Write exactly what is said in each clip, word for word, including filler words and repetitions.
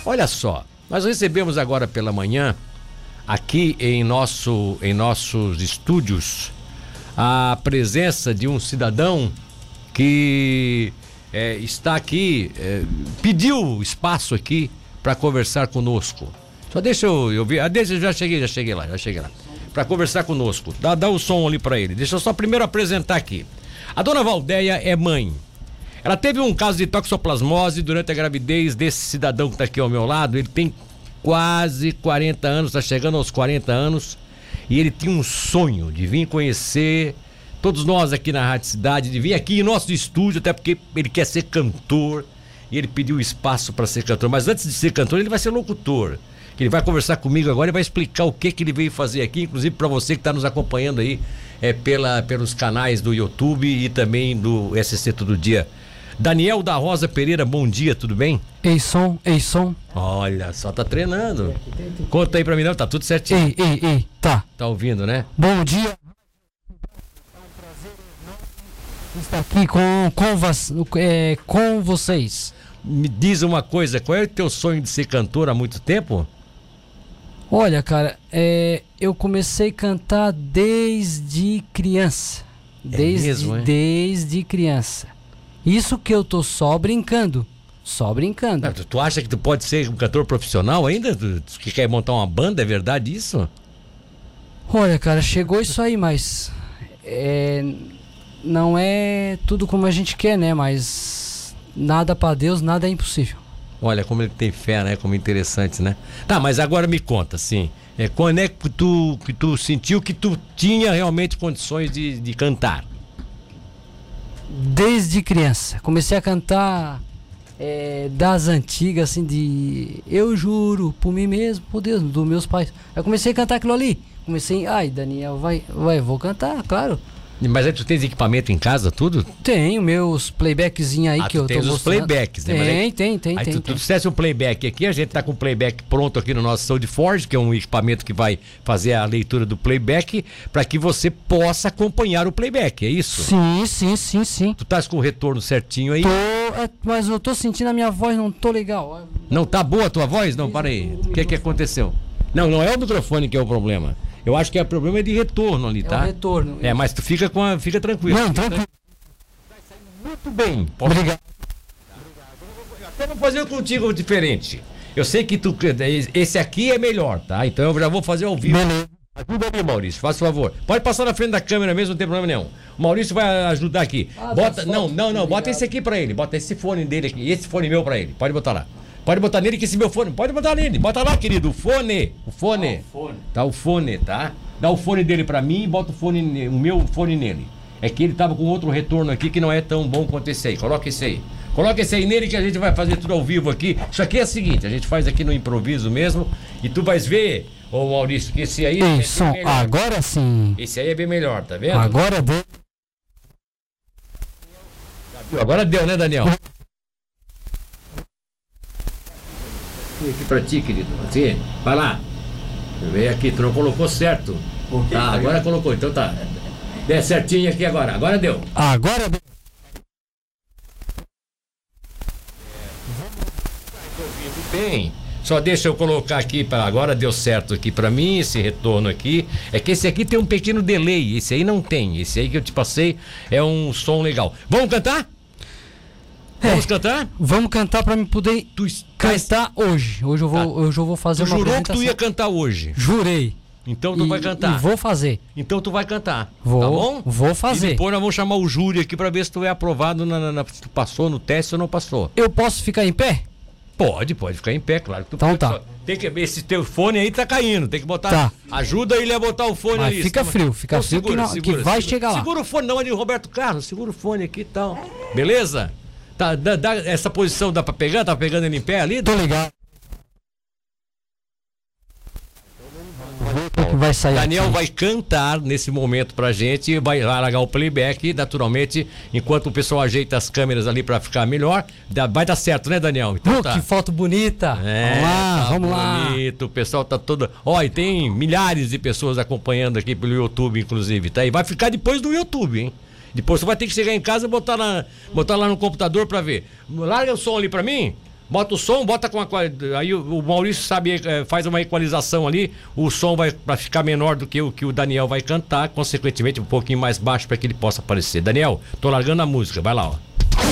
Olha só, nós recebemos agora pela manhã, aqui em, nosso, em nossos estúdios, a presença de um cidadão que é, está aqui, é, pediu espaço aqui para conversar conosco. Só deixa eu, eu ver, ah, deixa, eu já cheguei, já cheguei lá, já cheguei lá. Para conversar conosco, dá, dá o som ali para ele. Deixa eu só primeiro apresentar aqui. A dona Valdeia é mãe. Ela teve um caso de toxoplasmose durante a gravidez desse cidadão que está aqui ao meu lado. Ele tem quase quarenta anos, está chegando aos quarenta anos. E ele tinha um sonho de vir conhecer todos nós aqui na Rádio Cidade, de vir aqui em nosso estúdio, até porque ele quer ser cantor. E ele pediu espaço para ser cantor. Mas antes de ser cantor, ele vai ser locutor. Ele vai conversar comigo agora e vai explicar o que, que ele veio fazer aqui, inclusive para você que está nos acompanhando aí é, pela, pelos canais do YouTube e também do S C Todo Dia. Daniel da Rosa Pereira, bom dia, tudo bem? Ei, som, ei, som. Olha, só tá treinando. Conta aí pra mim, não, tá tudo certinho. Ei, ei, ei, tá. Tá ouvindo, né? Bom dia. É um prazer estar aqui com, com, vas, é, com vocês. Me diz uma coisa, qual é o teu sonho de ser cantor há muito tempo? Olha, cara, é, eu comecei a cantar desde criança. Desde, é mesmo, é? Desde criança. Isso que eu tô só brincando. Só brincando. Ah, tu, tu acha que tu pode ser um cantor profissional ainda? Tu, tu que quer montar uma banda, é verdade isso? Olha, cara, chegou isso aí, mas... É, não é tudo como a gente quer, né? Mas nada pra Deus, nada é impossível. Olha, como ele tem fé, né? Como interessante, né? Tá, mas agora me conta, assim, é, quando é que tu, que tu sentiu que tu tinha realmente condições de, de cantar? Desde criança. Comecei a cantar é, das antigas, assim, de... Eu juro, por mim mesmo, por Deus, dos meus pais. Eu comecei a cantar aquilo ali. Comecei, ai, Daniel, vai, vai, vou cantar, claro. Mas aí tu tens equipamento em casa, tudo? Tenho meus playbackzinhos aí ah, que eu tô mostrando. os playbacks, né? Tem, aí, tem, tem, aí tem. tu, tem. tu dissesse um playback aqui, a gente tá com o playback pronto aqui no nosso SoundForge, que é um equipamento que vai fazer a leitura do playback, para que você possa acompanhar o playback, é isso? Sim, sim, sim, sim. Tu estás com o retorno certinho aí? Tô, é, mas eu tô sentindo a minha voz, não tô legal. Não tá boa a tua voz? Não, para aí. O que que aconteceu? Não, não é o microfone que é o problema. Eu acho que o problema é de retorno ali, tá? É o retorno. É, mas tu fica com a, fica tranquilo. Não, tranquilo. Vai sair muito bem. Posso... Obrigado. Eu até vou fazer contigo diferente. Eu sei que tu, esse aqui é melhor, tá? Então eu já vou fazer ao vivo. Beleza. Ajuda aí, Maurício, faz favor. Pode passar na frente da câmera mesmo, não tem problema nenhum. O Maurício vai ajudar aqui. Ah, bota, não, não, não, bota esse aqui pra ele. Bota esse fone dele aqui, esse fone meu pra ele. Pode botar lá. Pode botar nele que esse meu fone, pode botar nele. Bota lá, querido, o fone. O fone. Ah, o fone. Tá, o fone, tá? Dá o fone dele pra mim e bota o fone, o meu fone nele. É que ele tava com outro retorno aqui que não é tão bom quanto esse aí. Coloca esse aí. Coloca esse aí nele que a gente vai fazer tudo ao vivo aqui. Isso aqui é o seguinte, a gente faz aqui no improviso mesmo. E tu vais ver, ô Maurício, que esse aí Ei, é som, bem melhor. agora sim. Esse aí é bem melhor, tá vendo? Agora deu. Agora deu, né, Daniel? Aqui pra ti, querido. Assim, vai lá. Vem aqui, tu não colocou certo. Tá, agora colocou, então tá. É certinho aqui agora. Agora deu. Agora deu. Bem, só deixa eu colocar aqui para agora deu certo aqui para mim esse retorno aqui. É que esse aqui tem um pequeno delay, esse aí não tem. Esse aí que eu te passei é um som legal. Vamos cantar? Vamos é, cantar? Vamos cantar para me poder tu cantar hoje. Hoje eu vou, tá. hoje eu vou fazer tu uma jurou apresentação. que tu ia cantar hoje? Jurei. Então tu e, vai cantar. E vou fazer. Então tu vai cantar. Vou, tá bom? Vou fazer. E depois nós vamos chamar o júri aqui para ver se tu é aprovado, na, na, na, se tu passou no teste ou não passou. Eu posso ficar em pé? Pode, pode ficar em pé, claro que tu então pode. Tá. Só, tem que, esse teu fone aí tá caindo, tem que botar. Tá. Ajuda ele a botar o fone Mas ali. fica frio, fica então, frio segura, que, não, segura, que vai segura, chegar lá. Segura o fone, não é de Roberto Carlos, segura o fone aqui e tal. Beleza? Tá, dá, dá, essa posição dá pra pegar? Tá pegando ele em pé ali? Tô ligado. Que vai sair Daniel aqui. vai cantar nesse momento pra gente, vai largar o playback, naturalmente, enquanto o pessoal ajeita as câmeras ali pra ficar melhor. Vai dar certo, né, Daniel? Então, uh, tá. Que foto bonita! É, vamos lá, tá vamos lá. Bonito, o pessoal tá todo. Ó, e tem milhares de pessoas acompanhando aqui pelo YouTube, inclusive, tá? E vai ficar depois do YouTube, hein? Depois você vai ter que chegar em casa e botar lá, botar lá no computador pra ver. Larga o som ali pra mim. Bota o som, bota com a... Aí o, o Maurício sabe, é, faz uma equalização ali, o som vai para ficar menor do que o que o Daniel vai cantar, consequentemente um pouquinho mais baixo para que ele possa aparecer. Daniel, tô largando a música, vai lá, ó.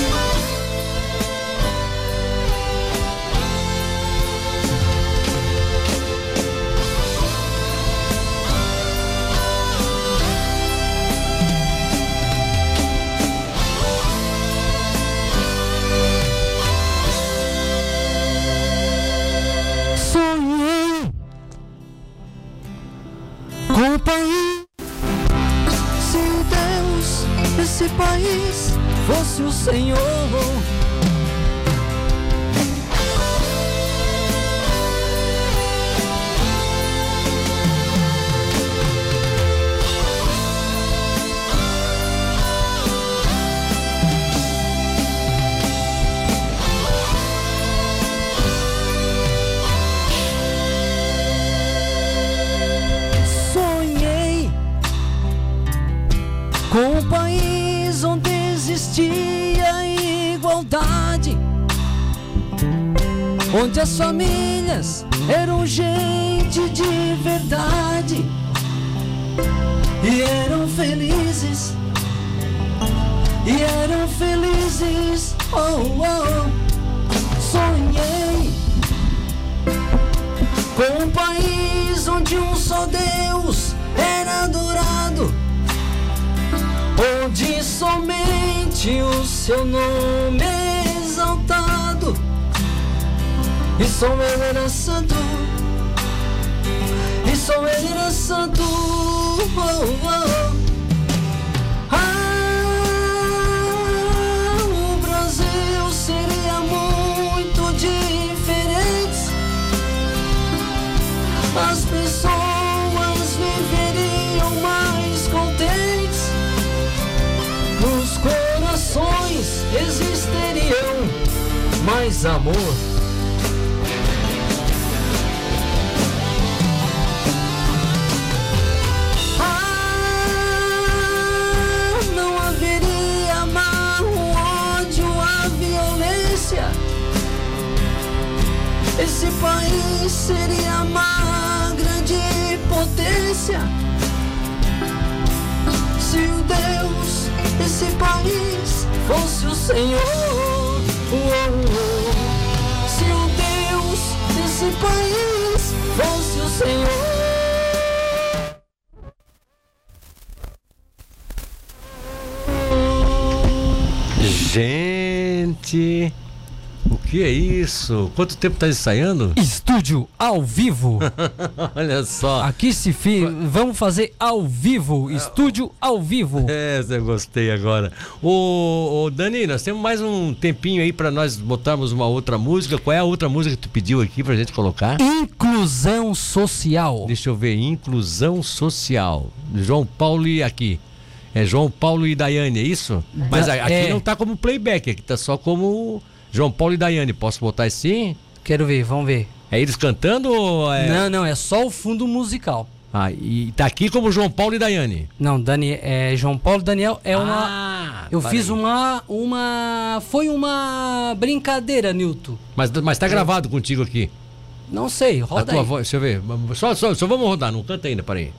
País fosse o Senhor, sonhei com o país onde existia igualdade, onde as famílias eram gente de verdade e eram felizes, e eram felizes. Oh, oh. Sonhei com um país onde um só Deus era adorado, onde somente o seu nome é exaltado, e só ele era santo, e só ele era santo. Oh, oh. Ah, o Brasil seria muito diferente, as pessoas viveriam mais contentes, nos corações existiriam mais amor. Ah, não haveria mal, o ódio, a violência. Esse país seria uma grande potência. Se o Deus desse país fosse o Senhor, oh, oh. Se o Deus desse país fosse o Senhor. Gente, o que é isso? Quanto tempo tá ensaiando? Estúdio ao vivo. Olha só. Aqui se fi... vamos fazer ao vivo. Estúdio ao vivo. É, eu gostei agora. Ô, ô Dani, nós temos mais um tempinho aí pra nós botarmos uma outra música. Qual é a outra música que tu pediu aqui pra gente colocar? Inclusão social. Deixa eu ver, inclusão social. João Paulo e aqui. É João Paulo e Daiane, é isso? Mas Da, aqui é... não tá como playback, aqui tá só como João Paulo e Daiane. Posso botar assim? Quero ver, vamos ver. É eles cantando ou é... Não, não, é só o fundo musical. Ah, e tá aqui como João Paulo e Daiane. Não, Dani, é, João Paulo e Daniel é uma... Ah, eu parei. fiz uma... uma foi uma brincadeira, Nilton. Mas, mas tá gravado contigo aqui. Não sei, A roda tua aí. voz, deixa eu ver. Só, só, só vamos rodar, não canta ainda, parei.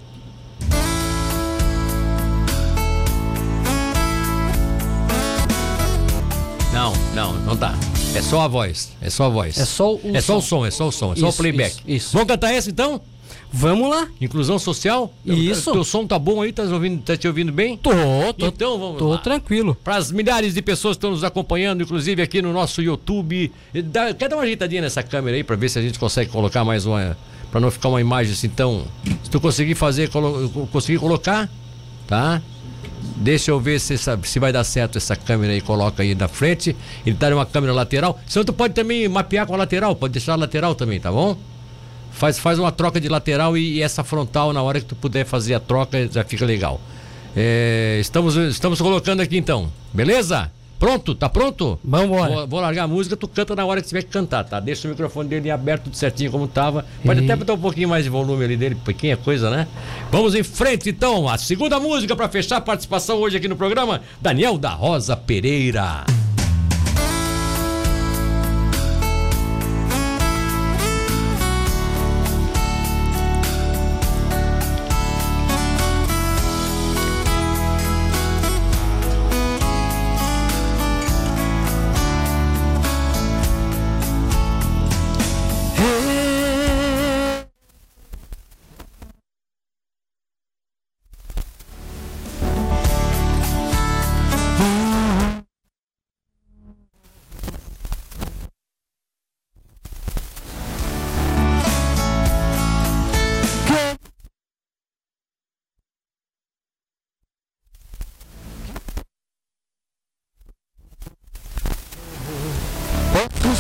Não, não, não tá. É só a voz, é só a voz. É só o É só o som. som, é só o som, é só o Isso, playback. isso, isso. Vamos cantar essa então? Vamos lá. Inclusão social? Isso. Teu som tá bom aí? Tá, ouvindo, tá te ouvindo bem? Tô, tô, Então vamos tô lá. tranquilo. Para as milhares de pessoas que estão nos acompanhando, inclusive aqui no nosso YouTube. Dá, quer dar uma ajeitadinha nessa câmera aí para ver se a gente consegue colocar mais uma. Para não ficar uma imagem assim tão. Se tu conseguir fazer, colo, conseguir colocar, tá? Deixa eu ver se, se vai dar certo essa câmera aí, coloca aí na frente. Ele tá numa câmera lateral. Senão tu pode também mapear com a lateral, pode deixar a lateral também, tá bom? Faz, faz uma troca de lateral e, e essa frontal, na hora que tu puder fazer a troca, já fica legal. É, estamos, estamos colocando aqui então, beleza? Pronto? Tá pronto? Vambora. Vou, vou largar a música, tu canta na hora que tiver que cantar, tá? Deixa o microfone dele aberto, tudo certinho como tava. Pode E... até botar um pouquinho mais de volume ali dele, pequena coisa, né? Vamos em frente então, a segunda música para fechar a participação hoje aqui no programa, Daniel da Rosa Pereira.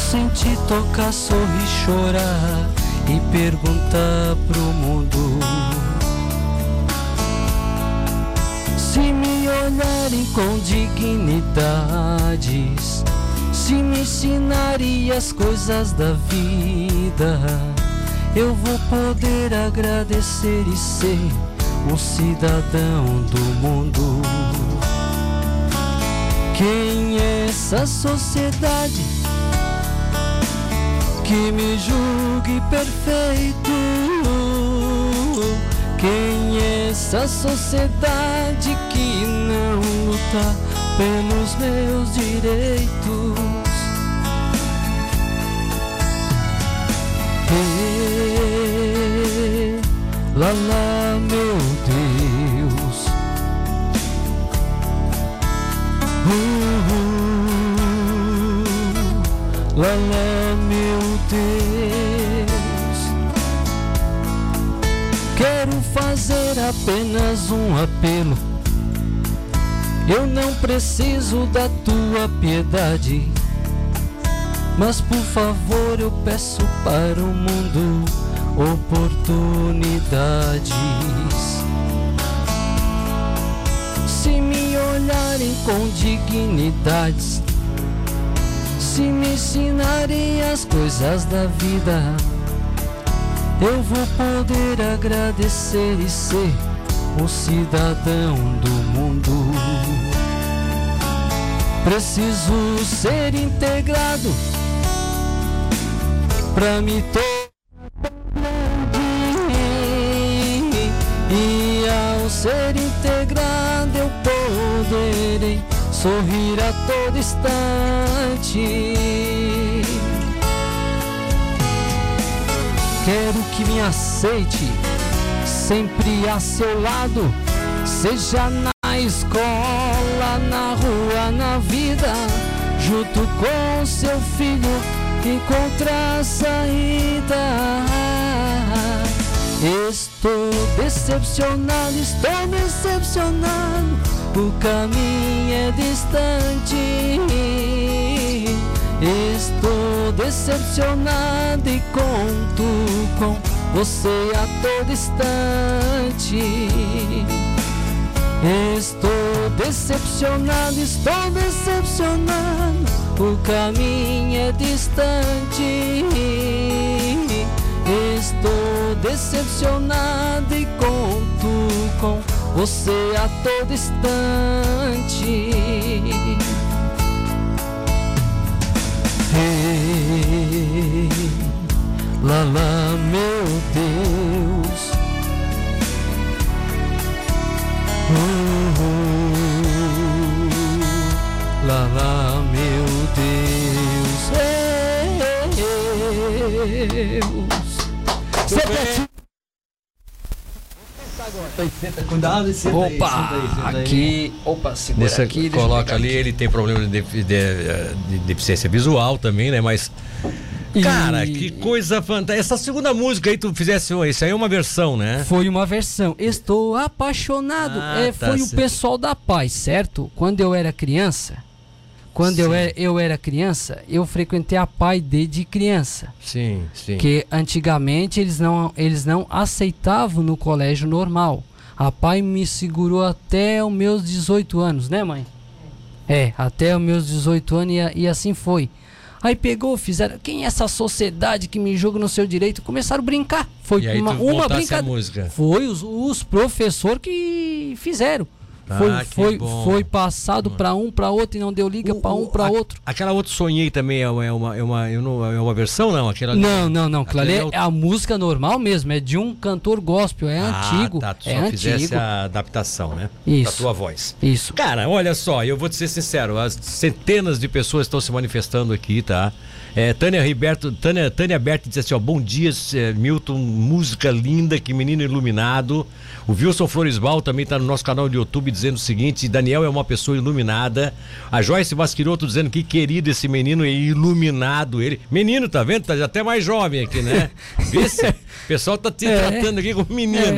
sentir, tocar, sorrir, chorar e perguntar pro mundo. Se me olharem com dignidades, se me ensinarem as coisas da vida, eu vou poder agradecer e ser um cidadão do mundo. Quem é essa sociedade que me julgue perfeito? Quem é essa sociedade que não luta pelos meus direitos? Hey, lá lá, meu Deus. Uh, uh, lá lá, meu Deus. Quero fazer apenas um apelo. Eu não preciso da tua piedade, mas por favor eu peço para o mundo oportunidades. Se me olharem com dignidades, se me ensinarem as coisas da vida, eu vou poder agradecer e ser um cidadão do mundo. Preciso ser integrado pra me tornar grande, e ao ser integrado eu poderei sorrir a todo instante. Quero que me aceite sempre a seu lado, seja na escola, na rua, na vida, junto com seu filho, encontrar saída. Estou decepcionado, estou decepcionado, o caminho é distante. Estou decepcionado e conto com você a todo instante. Estou decepcionado, estou decepcionado, o caminho é distante. Estou decepcionado e conto com você a todo instante. Hey, lá lá, meu Deus. Uh, uh, lá lá, meu Deus. Deus. Cuidado, senta Opa, aí, senta aí, senta aí. Aqui, opa, segura Nessa, aqui. coloca ali, ele tem problema de, defi- de- de deficiência visual também, né? Mas, cara, E- que coisa fantástica. Essa segunda música aí, tu fizesse, isso aí é uma versão, né? Foi uma versão. Estou apaixonado. Ah, é, tá foi certo. o pessoal da Paz, certo? Quando eu era criança, quando eu era, eu era criança, eu frequentei a Paz desde criança. Sim, sim. Que antigamente eles não, eles não aceitavam no colégio normal. A Pai me segurou até os meus dezoito anos, né, mãe? É, até os meus dezoito anos e, a- e assim foi. Aí pegou, fizeram, quem é essa sociedade que me julga no seu direito? Começaram a brincar. Foi E aí uma, tu uma voltasse a brincadeira. música. Foi os, os professores que fizeram. Ah, foi, que foi, bom. foi passado para um, para outro e não deu liga para um, para a- outro. Aquela outra Sonhei também é uma, é uma, é uma, eu não- é uma versão, não? Aquela ali- Não, não, não. Aquilo ali aquele é a música normal mesmo. É de um cantor gospel. É Ah, antigo. tá, tu é só fizesse antigo. a adaptação, né? Isso. Da tua voz. Isso. Cara, olha só, eu vou te ser sincero, as centenas de pessoas estão se manifestando aqui, tá? É, Tânia Riberto, Tânia, Tânia Berti disse assim, ó, bom dia, é, Milton, música linda, que menino iluminado. O Wilson Floresval também tá no nosso canal de YouTube dizendo o seguinte, Daniel é uma pessoa iluminada. A Joyce Vasquiroto dizendo que querido esse menino é iluminado ele. Menino, tá vendo? Tá até mais jovem aqui, né? Vê se o pessoal tá te É. tratando aqui como menino. É.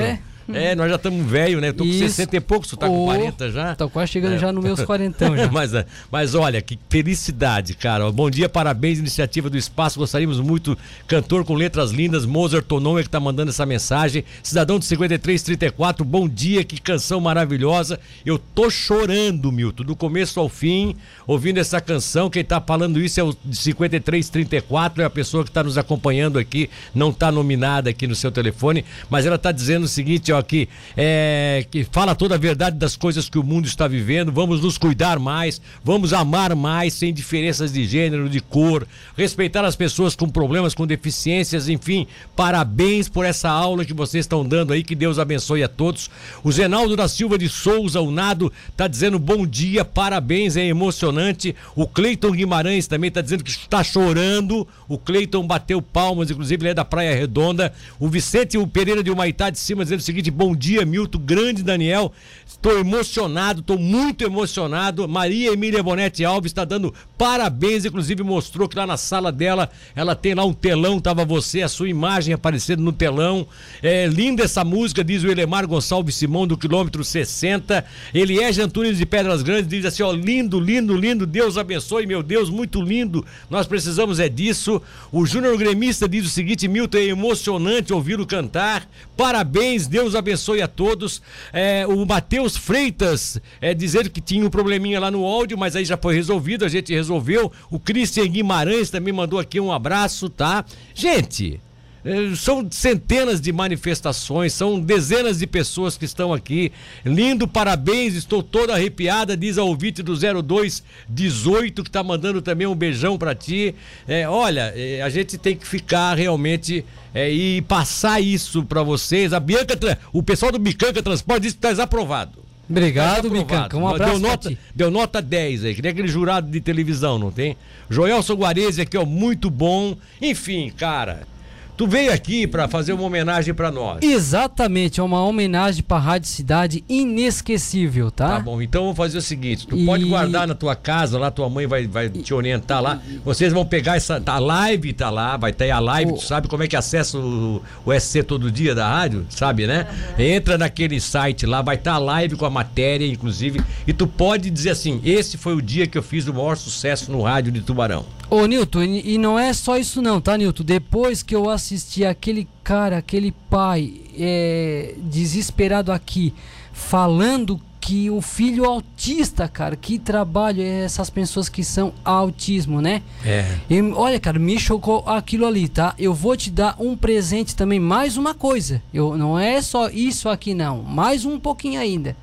É, nós já estamos velho, né? Eu tô com Isso. sessenta e poucos, tu tá com Ô, quarenta já? Tô quase chegando É. já nos meus quarentão já. mas, mas olha, que felicidade, cara. Bom dia, parabéns, iniciativa do Espaço. Gostaríamos muito. Cantor com letras lindas, Mozart Tonome, que tá mandando essa mensagem. Cidadão de cinquenta e três trinta e quatro, bom dia, que canção maravilhosa. Eu tô chorando, Milton, do começo ao fim, ouvindo essa canção. Quem tá falando isso é o de cinquenta e três trinta e quatro, é a pessoa que tá nos acompanhando aqui, não tá nominada aqui no seu telefone, mas ela tá dizendo o seguinte, ó, que, é, que fala toda a verdade das coisas que o mundo está vivendo. Vamos nos cuidar mais, vamos amar mais, sem diferenças de gênero, de cor, respeitar as pessoas com problemas, com deficiências, enfim, parabéns por essa aula que vocês estão dando aí, que Deus abençoe a todos. O Zenaldo da Silva de Souza, o Nado, tá dizendo bom dia, parabéns, é emocionante. O Cleiton Guimarães também tá dizendo que está chorando. O Cleiton bateu palmas, inclusive ele é da Praia Redonda. O Vicente o Pereira de Humaitá de cima dizendo o seguinte, bom dia, Milton, grande Daniel, estou emocionado, estou muito emocionado. Maria Emília Bonetti Alves está dando parabéns, inclusive mostrou que lá na sala dela, ela tem lá um telão, tava você, a sua imagem aparecendo no telão. É linda essa música, diz o Elemar Gonçalves Simão do quilômetro sessenta. Eliege Antunes de Pedras Grandes diz assim, ó, lindo, lindo, lindo, Deus abençoe, meu Deus, muito lindo, nós precisamos é disso. O Júnior Gremista diz o seguinte, Milton, é emocionante ouvi-lo cantar, parabéns, Deus abençoe a todos. É, o Matheus Freitas é, dizendo que tinha um probleminha lá no áudio, mas aí já foi resolvido, a gente resolveu. O Christian Guimarães também mandou aqui um abraço, tá? Gente, são centenas de manifestações, são dezenas de pessoas que estão aqui. Lindo, parabéns, estou toda arrepiada, diz a ouvinte do zero dois dezoito, que tá mandando também um beijão pra ti. É, olha, é, a gente tem que ficar realmente é, e passar isso pra vocês. A Bianca, o pessoal do Bicanca Transporte disse que tá desaprovado. Obrigado, Tá Bicanca. Um abraço deu pra nota, ti. deu nota dez aí, que nem aquele jurado de televisão, não tem? Joelson Guarese aqui, ó, muito bom. Enfim, cara, tu veio aqui pra fazer uma homenagem pra nós. Exatamente, é uma homenagem pra Rádio Cidade inesquecível, tá? Tá bom, então vamos fazer o seguinte, tu E- pode guardar na tua casa lá, tua mãe vai, vai te orientar lá, vocês vão pegar essa, a live tá lá, vai ter a live, O- tu sabe como é que acessa o, o S C todo dia da rádio, sabe, né? Entra naquele site lá, vai estar a live com a matéria, inclusive, e tu pode dizer assim, esse foi o dia que eu fiz o maior sucesso no rádio de Tubarão. Ô, Nilton, e e não é só isso não, tá, Nilton? Depois que eu assisti aquele cara, aquele pai é, desesperado aqui, falando que o filho autista, cara, que trabalho é essas pessoas que são autismo, né? É. E, olha, cara, me chocou aquilo ali, tá? Eu vou te dar um presente também, mais uma coisa. Eu, não é só isso aqui não, mais um pouquinho ainda.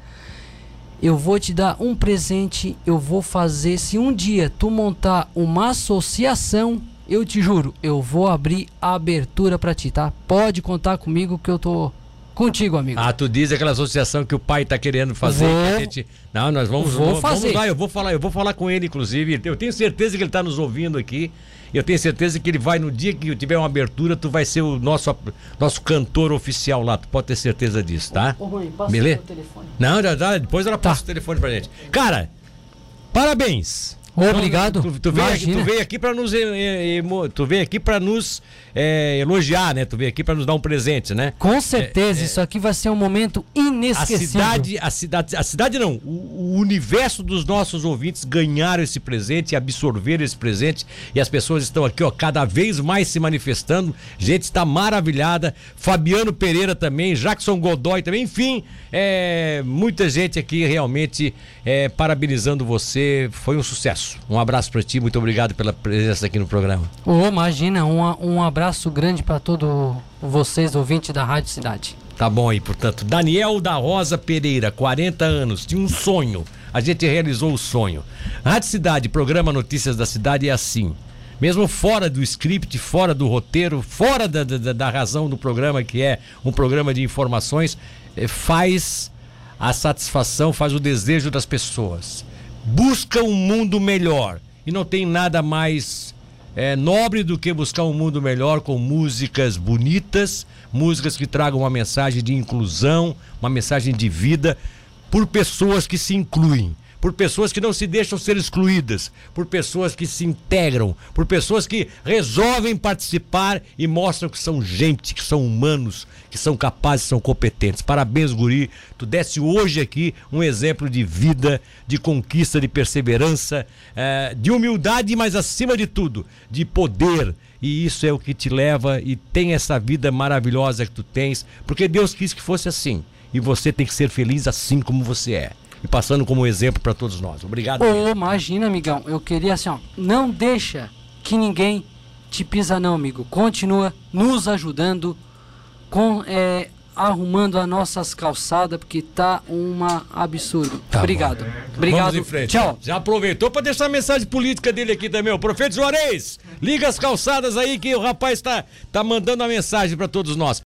Eu vou te dar um presente, eu vou fazer, se um dia tu montar uma associação, eu te juro, eu vou abrir a abertura pra ti, tá? Pode contar comigo que eu tô contigo, amigo. Ah, tu diz aquela associação que o pai tá querendo fazer. Vou- que a gente... Não, nós vamos, vou vamos, fazer. vamos lá, eu vou falar, eu vou falar com ele, inclusive. Eu tenho certeza que ele tá nos ouvindo aqui. Eu tenho certeza que ele vai, no dia que tiver uma abertura, tu vai ser o nosso, nosso cantor oficial lá. Tu pode ter certeza disso, tá? Ô, mãe, passa Beleza? o telefone. Não, já, já, depois ela passa o telefone pra gente. Cara, parabéns. Obrigado. Tu, tu, veio, aqui, tu Imagina. veio aqui pra nos, eh, emo- tu veio aqui pra nos eh, elogiar, né? Tu veio aqui pra nos dar um presente, né? Com certeza, isso aqui vai ser um momento A inesquecível. cidade, a cidade, a cidade não, o, o universo dos nossos ouvintes ganharam esse presente e absorveram esse presente, e as pessoas estão aqui, ó, cada vez mais se manifestando. Gente está maravilhada. Fabiano Pereira também, Jackson Godoy também, enfim, é, muita gente aqui realmente é, parabenizando você. Foi um sucesso. Um abraço para ti, muito obrigado pela presença aqui no programa. Ô, imagina, um, um abraço grande para todos vocês, ouvintes da Rádio Cidade. Tá bom aí, portanto, Daniel da Rosa Pereira, quarenta anos, tinha um sonho, a gente realizou o sonho. Rádio Cidade, programa Notícias da Cidade é assim, mesmo fora do script, fora do roteiro, fora da, da, da razão do programa, que é um programa de informações, eh, faz a satisfação, faz o desejo das pessoas, busca um mundo melhor, e não tem nada mais é nobre do que buscar um mundo melhor com músicas bonitas, músicas que tragam uma mensagem de inclusão, uma mensagem de vida, por pessoas que se incluem, por pessoas que não se deixam ser excluídas, por pessoas que se integram, por pessoas que resolvem participar e mostram que são gente, que são humanos, que são capazes, são competentes. Parabéns, guri, tu desse hoje aqui um exemplo de vida, de conquista, de perseverança, é, de humildade, mas acima de tudo, de poder. E isso é o que te leva e tem essa vida maravilhosa que tu tens, porque Deus quis que fosse assim. E você tem que ser feliz assim como você é. E passando como exemplo para todos nós. Obrigado. Ô, imagina, amigão, eu queria assim, ó, não deixa que ninguém te pisa não, amigo. Continua nos ajudando, com, é, arrumando as nossas calçadas, porque tá uma absurdo. Tá Obrigado. bom. Obrigado. Vamos em frente. Tchau. Já aproveitou para deixar a mensagem política dele aqui também. O Profeta Juarez, liga as calçadas aí que o rapaz tá, tá mandando a mensagem para todos nós.